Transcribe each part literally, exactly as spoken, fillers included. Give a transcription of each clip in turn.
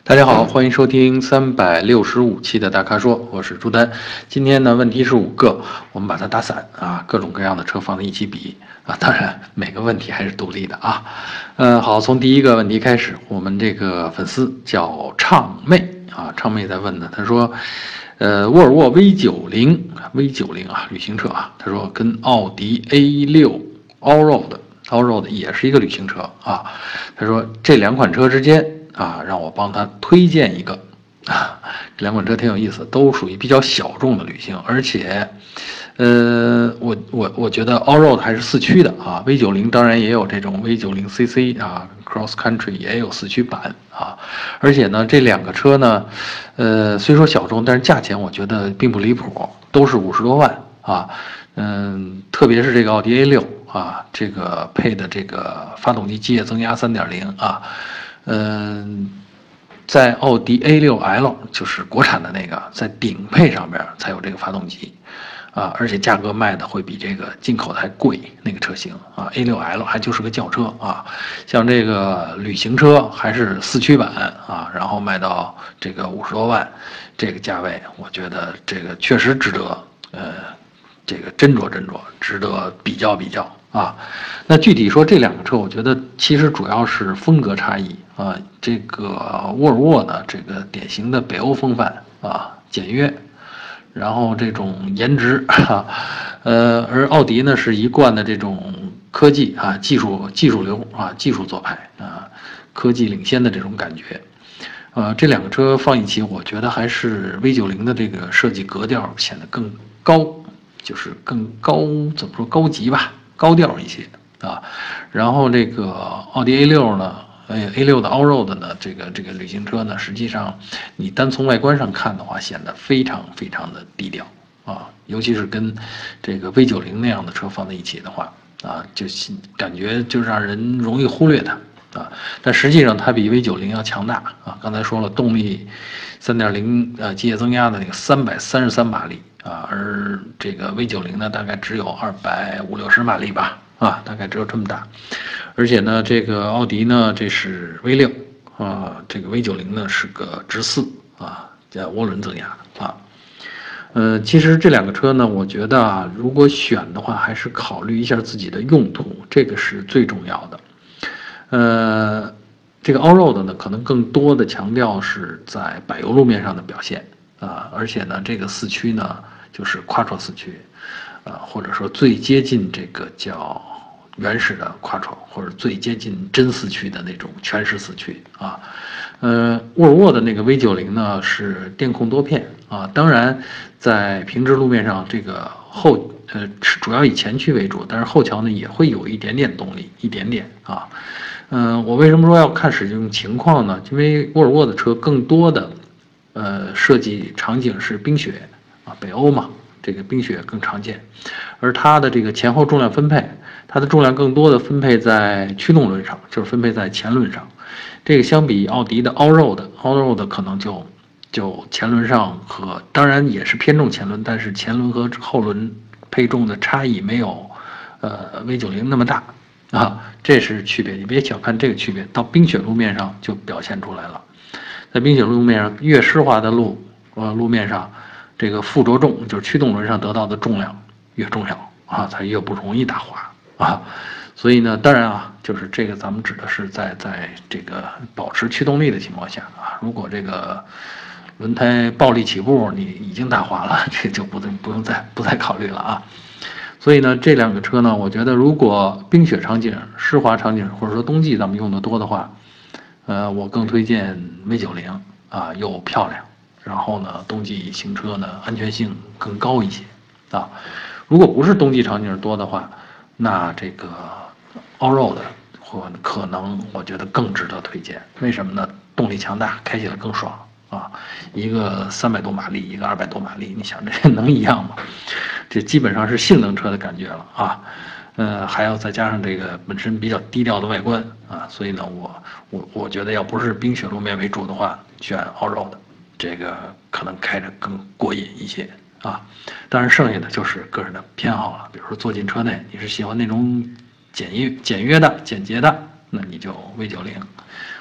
大家好，欢迎收听三百六十五期的大咖说，我是朱丹。今天呢，问题是五个，我们把它打散啊，各种各样的车放在一起比啊，当然每个问题还是独立的啊。嗯，好，从第一个问题开始，我们这个粉丝叫畅妹啊，畅妹在问呢，她说，呃，沃尔沃 V 九零 V 九零啊，旅行车啊，她说跟奥迪 A 六 Allroad Allroad 也是一个旅行车啊，她说这两款车之间。啊，让我帮他推荐一个啊，这两款车挺有意思，都属于比较小众的旅行，而且，呃，我我我觉得 Allroad 还是四驱的啊 ，V 九零当然也有这种 V 九零 C C 啊 ，Cross Country 也有四驱版啊，而且呢，这两个车呢，呃，虽说小众，但是价钱我觉得并不离谱，都是五十多万啊，嗯，特别是这个奥迪 A 六啊，这个配的这个发动机机械增压 三点零 啊。嗯，在奥迪 A 六 L 就是国产的那个，在顶配上边才有这个发动机，啊，而且价格卖的会比这个进口的还贵，那个车型啊 ，A 六 L 还就是个轿车啊，像这个旅行车还是四驱版啊，然后卖到这个五十多万，这个价位，我觉得这个确实值得，呃，这个斟酌斟酌，值得比较比较。啊，那具体说这两个车，我觉得其实主要是风格差异啊。这个沃尔沃呢，这个典型的北欧风范啊，简约，然后这种颜值啊，呃，而奥迪呢是一贯的这种科技啊，技术技术流啊，技术做派啊，科技领先的这种感觉。呃，这两个车放一起，我觉得还是 V 九零的这个设计格调显得更高，就是更高，怎么说高级吧。高调一些啊，然后这个奥迪 A 六呢，哎 A 六的 Allroad 呢，这个这个旅行车呢，实际上你单从外观上看的话，显得非常非常的低调啊，尤其是跟这个 V 九零那样的车放在一起的话啊，就感觉就让人容易忽略它啊，但实际上它比 V 九零要强大啊，刚才说了，动力三点零呃机械增压的那个三百三十三马力。啊，而这个 V 九零呢，大概只有二百五六十马力吧，啊，大概只有这么大。而且呢，这个奥迪呢，这是 V 六啊，这个 V 九零呢是个直四啊，加涡轮增压啊。呃，其实这两个车呢，我觉得啊，如果选的话，还是考虑一下自己的用途，这个是最重要的。呃，这个 Allroad 呢，可能更多的强调是在柏油路面上的表现。啊，而且呢，这个四驱呢，就是 Quattro 四驱，啊，或者说最接近这个叫原始的 Quattro，或者最接近真四驱的那种全时四驱啊。呃，沃尔沃的那个 V 九零呢是电控多片啊，当然在平直路面上，这个后呃主要以前驱为主，但是后桥呢也会有一点点动力，一点点啊。嗯、呃，我为什么说要看使用情况呢？因为沃尔沃的车更多的。呃，设计场景是冰雪啊，北欧嘛，这个冰雪更常见，而它的这个前后重量分配，它的重量更多的分配在驱动轮上，就是分配在前轮上。这个相比奥迪的 Allroad，Allroad 可能就就前轮上和当然也是偏重前轮，但是前轮和后轮配重的差异没有呃 V 九零那么大啊，这是区别。你别小看这个区别，到冰雪路面上就表现出来了。在冰雪路面上，越湿滑的路，呃，路面上，这个附着重就是驱动轮上得到的重量越重要啊，它越不容易打滑啊。所以呢，当然啊，就是这个咱们指的是在在这个保持驱动力的情况下啊，如果这个轮胎暴力起步，你已经打滑了，这就不不用再不再考虑了啊。所以呢，这两个车呢，我觉得如果冰雪场景、湿滑场景，或者说冬季咱们用的多的话，呃，我更推荐 V 九零啊，又漂亮，然后呢，冬季行车呢安全性更高一些啊。如果不是冬季场景多的话，那这个 Allroad 或可能我觉得更值得推荐。为什么呢？动力强大，开起来更爽啊。一个三百多马力，一个二百多马力，你想这能一样吗？这基本上是性能车的感觉了啊。呃，还要再加上这个本身比较低调的外观啊，所以呢，我我我觉得要不是冰雪路面为主的话，选 Allroad，这个可能开着更过瘾一些啊。当然，剩下的就是个人的偏好了。比如说坐进车内，你是喜欢那种简约、简约的、简洁的，那你就 V 九零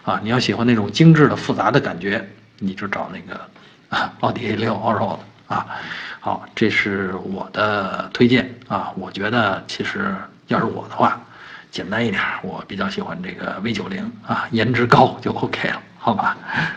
啊，你要喜欢那种精致的复杂的感觉，你就找那个啊奥迪 A 六 Allroad 啊。好，这是我的推荐啊。我觉得其实要是我的话，简单一点，我比较喜欢这个 V 九十 啊，颜值高就 OK 了，好吧？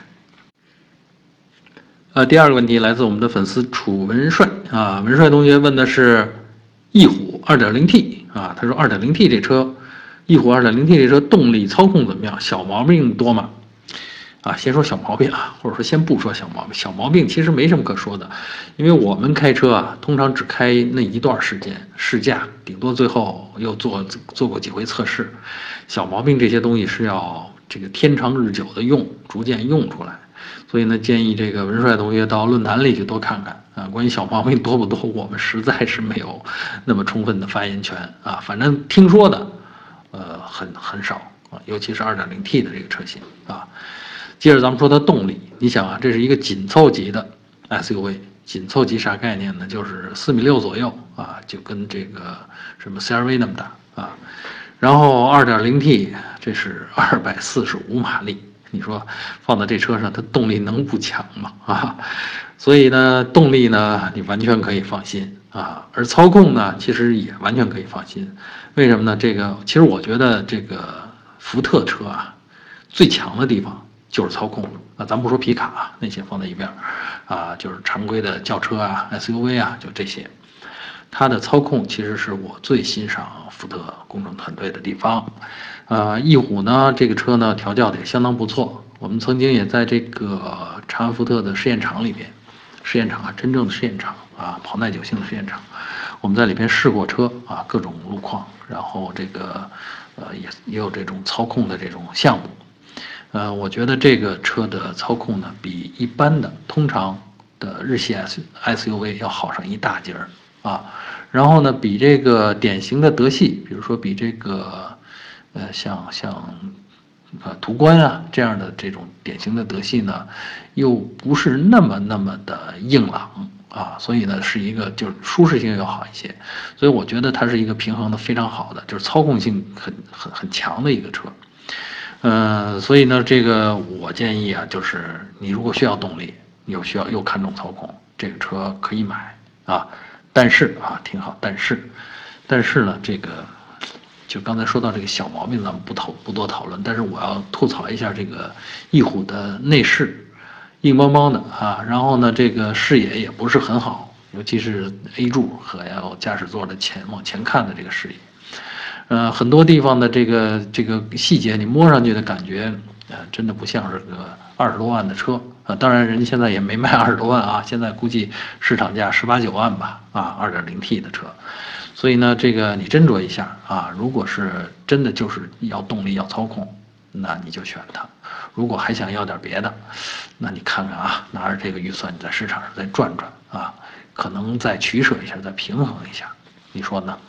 呃，第二个问题来自我们的粉丝楚文帅啊，文帅同学问的是翼虎 二点零 T 啊，他说 二点零 T 这车，翼虎 二点零 T 这车动力操控怎么样？小毛病多吗？啊，先说小毛病啊，或者说先不说小毛病，小毛病其实没什么可说的，因为我们开车啊，通常只开那一段时间试驾，顶多最后又做做过几回测试，小毛病这些东西是要这个天长日久的用，逐渐用出来。所以呢，建议这个文帅同学到论坛里去多看看啊。关于小毛病多不多，我们实在是没有那么充分的发言权啊。反正听说的，呃，很很少啊，尤其是 二点零 T 的这个车型啊。接着咱们说它动力，你想啊，这是一个紧凑级的 S U V， 紧凑级啥概念呢？就是四米六左右啊，就跟这个什么 C R V 那么大啊。然后 二点零 T 这是二百四十五马力。你说放在这车上，它动力能不强吗？啊，所以呢，动力呢，你完全可以放心啊。而操控呢，其实也完全可以放心。为什么呢？这个其实我觉得这个福特车啊，最强的地方就是操控啊。咱不说皮卡啊，那些放在一边啊，就是常规的轿车啊、S U V 啊，就这些。它的操控其实是我最欣赏福特工程团队的地方，呃，翼虎呢这个车呢调教的也相当不错，我们曾经也在这个长安福特的试验场里边，试验场啊，真正的试验场啊，跑耐久性的试验场，我们在里边试过车啊，各种路况，然后这个呃也也有这种操控的这种项目，呃，我觉得这个车的操控呢比一般的通常的日系 S S U V 要好上一大截儿。啊，然后呢，比这个典型的德系，比如说比这个，呃，像像，呃，途观啊这样的这种典型的德系呢，又不是那么那么的硬朗啊，所以呢，是一个就是舒适性要好一些，所以我觉得它是一个平衡的非常好的，就是操控性很很很强的一个车，嗯、呃，所以呢，这个我建议啊，就是你如果需要动力，又需要又看重操控，这个车可以买啊。但是啊，挺好。但是，但是呢，这个就刚才说到这个小毛病，咱们不讨不多讨论。但是我要吐槽一下这个翼虎的内饰，硬邦邦的啊。然后呢，这个视野也不是很好，尤其是 A 柱和要驾驶座的前往前看的这个视野。呃，很多地方的这个这个细节，你摸上去的感觉，呃，真的不像是个二十多万的车啊。当然，人家现在也没卖二十多万啊，现在估计市场价十八九万吧，啊，二点零 T 的车。所以呢，这个你斟酌一下啊。如果是真的就是要动力要操控，那你就选它；如果还想要点别的，那你看看啊，拿着这个预算你在市场上再转转啊，可能再取舍一下，再平衡一下，你说呢？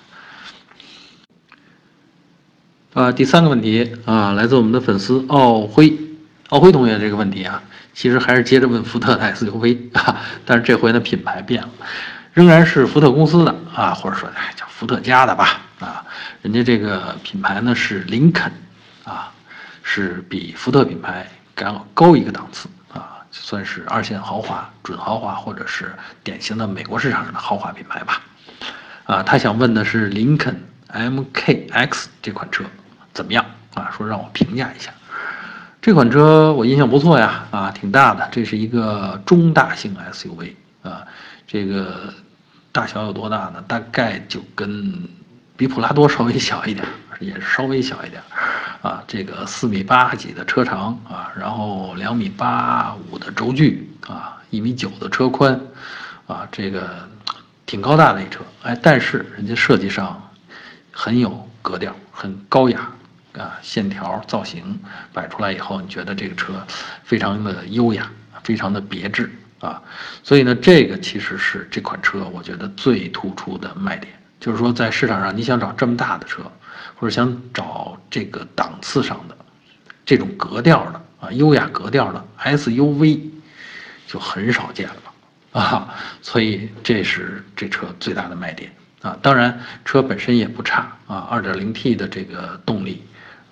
啊，第三个问题啊，来自我们的粉丝奥辉，奥辉同学这个问题啊，其实还是接着问福特的 S U V 啊，但是这回呢品牌变了，仍然是福特公司的啊，或者说哎叫福特家的吧啊，人家这个品牌呢是林肯啊，是比福特品牌高高一个档次啊，算是二线豪华、准豪华或者是典型的美国市场上的豪华品牌吧。啊，他想问的是林肯 M K X 这款车怎么样啊？说让我评价一下。这款车我印象不错呀，啊，挺大的，这是一个中大型 S U V 啊，这个大小有多大呢？大概就跟比普拉多稍微小一点，也是稍微小一点，啊，这个四米八几的车长啊，然后两米八五的轴距啊，一米九的车宽，啊，这个挺高大的一车，哎，但是人家设计上很有格调，很高雅。啊，线条造型摆出来以后，你觉得这个车非常的优雅，非常的别致啊，所以呢，这个其实是这款车我觉得最突出的卖点，就是说在市场上你想找这么大的车，或者想找这个档次上的这种格调的啊，优雅格调的 S U V 就很少见了啊，所以这是这车最大的卖点啊。当然，车本身也不差啊，二点零 T 的这个动力。啊，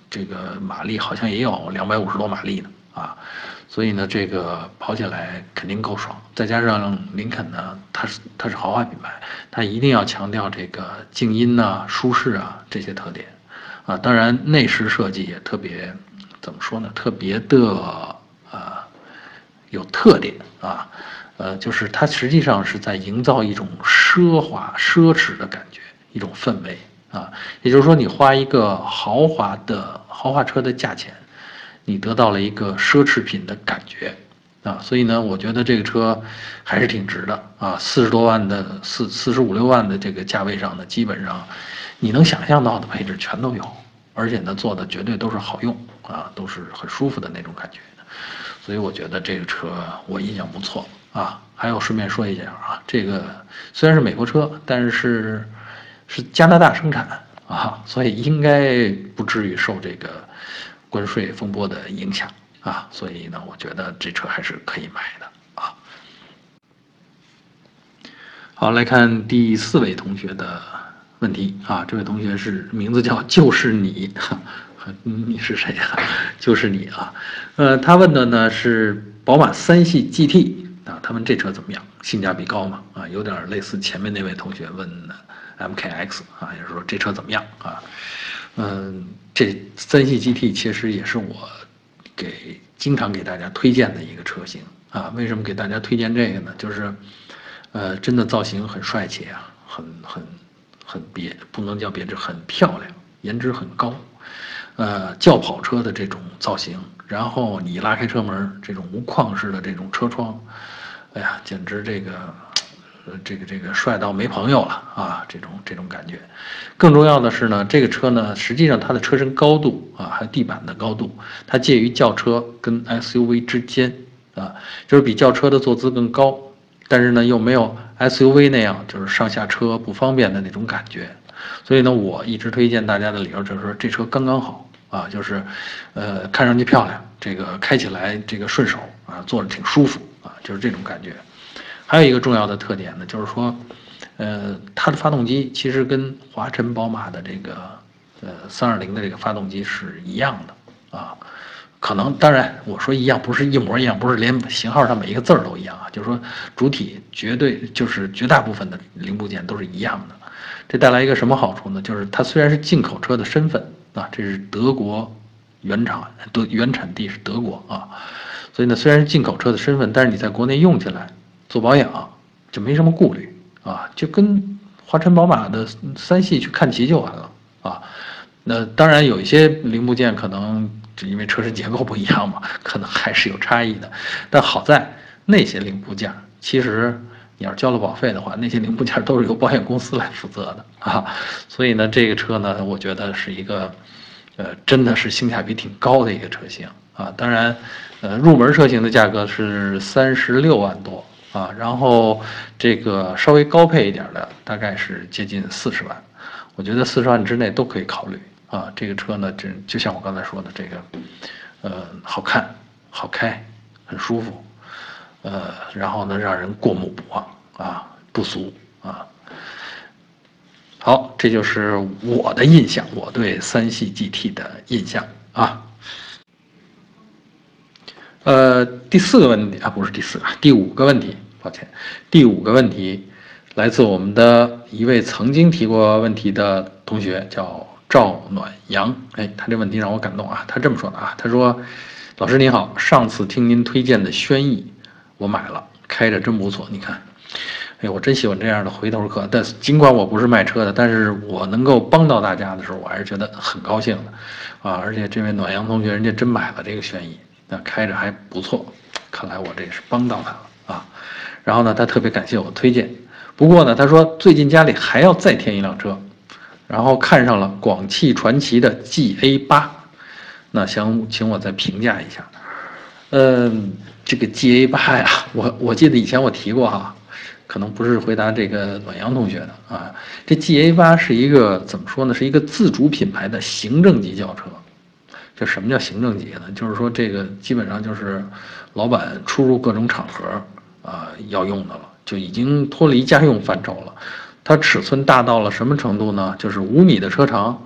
这个马力好像也有两百五十多马力呢啊，所以呢，这个跑起来肯定够爽。再加上林肯呢，它是它是豪华品牌，它一定要强调这个静音呐、舒适啊这些特点啊。当然，内饰设计也特别怎么说呢？特别的啊有特点啊，呃，就是它实际上是在营造一种奢华、奢侈的感觉，一种氛围啊。也就是说，你花一个豪华的豪华车的价钱，你得到了一个奢侈品的感觉啊。所以呢，我觉得这个车还是挺值的啊。四十多万的四四十五六万的这个价位上呢，基本上你能想象到的配置全都有，而且呢，做的绝对都是好用啊，都是很舒服的那种感觉。所以我觉得这个车我印象不错啊。还有顺便说一下啊，这个虽然是美国车，但是是加拿大生产啊，所以应该不至于受这个关税风波的影响啊。所以呢，我觉得这车还是可以买的啊。好，来看第四位同学的问题啊，这位同学是名字叫就是你。你是谁呀、啊？就是你啊，呃，他问的呢是宝马三系 G T 啊，他们这车怎么样？性价比高吗？啊，有点类似前面那位同学问的 M K X 啊，也就是说这车怎么样啊？嗯，这三系 G T 其实也是我给经常给大家推荐的一个车型啊。为什么给大家推荐这个呢？就是，呃，真的造型很帅气啊，很很很别，不能叫别致，很漂亮，颜值很高。呃，轿跑车的这种造型，然后你拉开车门，这种无框式的这种车窗，哎呀，简直这个，呃，这个这个帅到没朋友了啊！这种这种感觉。更重要的是呢，这个车呢，实际上它的车身高度啊，还有地板的高度，它介于轿车跟 S U V 之间啊，就是比轿车的坐姿更高，但是呢，又没有 S U V 那样就是上下车不方便的那种感觉。所以呢，我一直推荐大家的理由就是说，这车刚刚好啊，就是，呃，看上去漂亮，这个开起来这个顺手啊，坐着挺舒服啊，就是这种感觉。还有一个重要的特点呢，就是说，呃，它的发动机其实跟华晨宝马的这个呃三二零的这个发动机是一样的啊。可能当然我说一样不是一模一样，不是连型号上每一个字儿都一样啊，就是说主体绝对就是绝大部分的零部件都是一样的。这带来一个什么好处呢？就是它虽然是进口车的身份啊，这是德国原厂，德原产地是德国啊，所以呢，虽然是进口车的身份，但是你在国内用起来做保养就没什么顾虑啊，就跟华晨宝马的三系去看齐就完了啊。那当然有一些零部件可能就因为车身结构不一样嘛，可能还是有差异的，但好在那些零部件其实。你要是交了保费的话，那些零部件都是由保险公司来负责的啊，所以呢，这个车呢，我觉得是一个，呃，真的是性价比挺高的一个车型啊。当然，呃，入门车型的价格是三十六万多啊，然后这个稍微高配一点的大概是接近四十万，我觉得四十万之内都可以考虑啊。这个车呢，这就像我刚才说的，这个，呃，好看、好开、很舒服。呃，然后呢，让人过目不忘啊，不俗啊。好，这就是我的印象，我对三系 G T 的印象啊。呃，第四个问题啊，不是第四个，第五个问题，抱歉，第五个问题来自我们的一位曾经提过问题的同学，叫赵暖阳。哎，他这问题让我感动啊，他这么说的啊，他说：“老师您好，上次听您推荐的轩逸。”我买了，开着真不错。你看，哎，我真喜欢这样的回头客。但尽管我不是卖车的，但是我能够帮到大家的时候，我还是觉得很高兴的，啊！而且这位暖阳同学，人家真买了这个轩逸，那开着还不错，看来我这是帮到他了啊。然后呢，他特别感谢我推荐。不过呢，他说最近家里还要再添一辆车，然后看上了广汽传祺的 G A 八，那想请我再评价一下。嗯。这个 G A 八呀，我我记得以前我提过哈，可能不是回答这个暖阳同学的啊。这 G A 八是一个怎么说呢？是一个自主品牌的行政级轿车。这什么叫行政级呢？就是说这个基本上就是老板出入各种场合啊要用的了，就已经脱离家用范畴了。它尺寸大到了什么程度呢？就是五米的车长，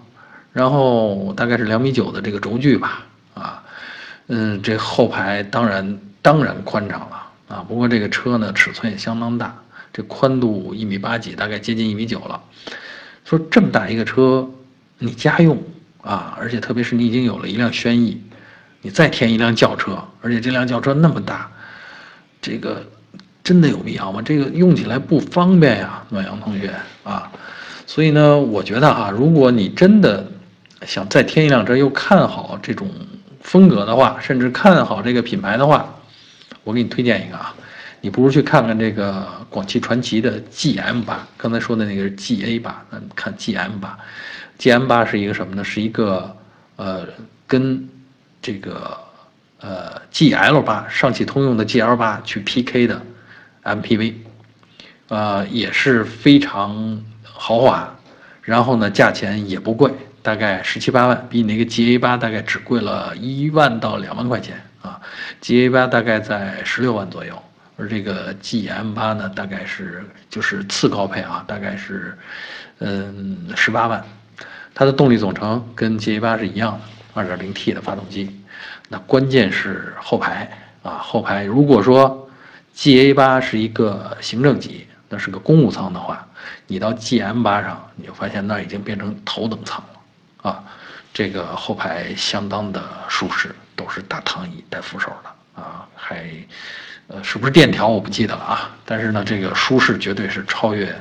然后大概是两米九的这个轴距吧，啊，嗯，这后排当然当然宽敞了啊，不过这个车呢尺寸也相当大，这宽度一米八几，大概接近一米九了。说这么大一个车，你家用啊，而且特别是你已经有了一辆轩逸，你再添一辆轿车，而且这辆轿车那么大，这个真的有必要吗？这个用起来不方便呀，暖阳同学啊。所以呢，我觉得哈，如果你真的想再添一辆车，又看好这种风格的话，甚至看好这个品牌的话，我给你推荐一个啊，你不如去看看这个广汽传祺的 G M 八，刚才说的那个是 G A 八，那看 G M 八，G M 八是一个什么呢？是一个呃跟这个呃 G L 八上汽通用的 G L 八去 P K 的 M P V， 呃也是非常豪华，然后呢价钱也不贵，大概十七八万，比你那个 G A 八大概只贵了一万到两万块钱啊。G A 八大概在十六万左右，而这个 G M 八呢，大概是就是次高配啊，大概是嗯十八万。它的动力总成跟 G A 八是一样的， 二点零 T 的发动机。那关键是后排啊，后排如果说 G A 八是一个行政级，那是个公务舱的话，你到 G M 八上，你就发现那已经变成头等舱了啊。这个后排相当的舒适，都是大躺椅带扶手的啊，还呃是不是电调我不记得了啊，但是呢这个舒适绝对是超越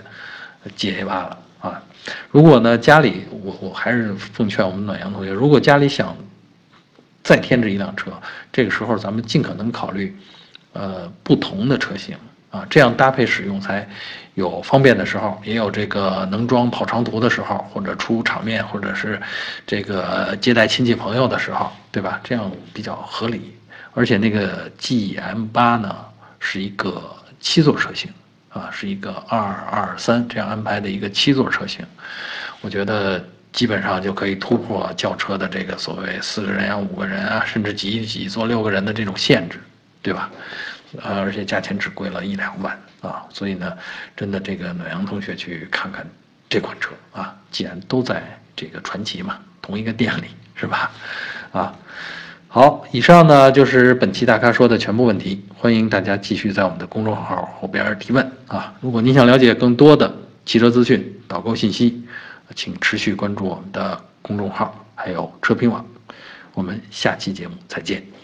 G A 八了啊。如果呢家里我我还是奉劝我们暖阳同学，如果家里想再添置一辆车，这个时候咱们尽可能考虑呃不同的车型啊，这样搭配使用才有方便的时候，也有这个能装跑长途的时候，或者出场面，或者是这个接待亲戚朋友的时候，对吧？这样比较合理。而且那个 G M 八呢是一个七座车型啊，是一个二二三这样安排的一个七座车型，我觉得基本上就可以突破轿车的这个所谓四个人啊、五个人啊，甚至挤一挤坐六个人的这种限制，对吧？呃，而且价钱只贵了一两万啊，所以呢，真的这个暖阳同学去看看这款车啊，既然都在这个传祺嘛，同一个店里是吧？啊，好，以上呢就是本期大咖说的全部问题，欢迎大家继续在我们的公众号后边提问啊。如果您想了解更多的汽车资讯、导购信息，请持续关注我们的公众号，还有车评网。我们下期节目再见。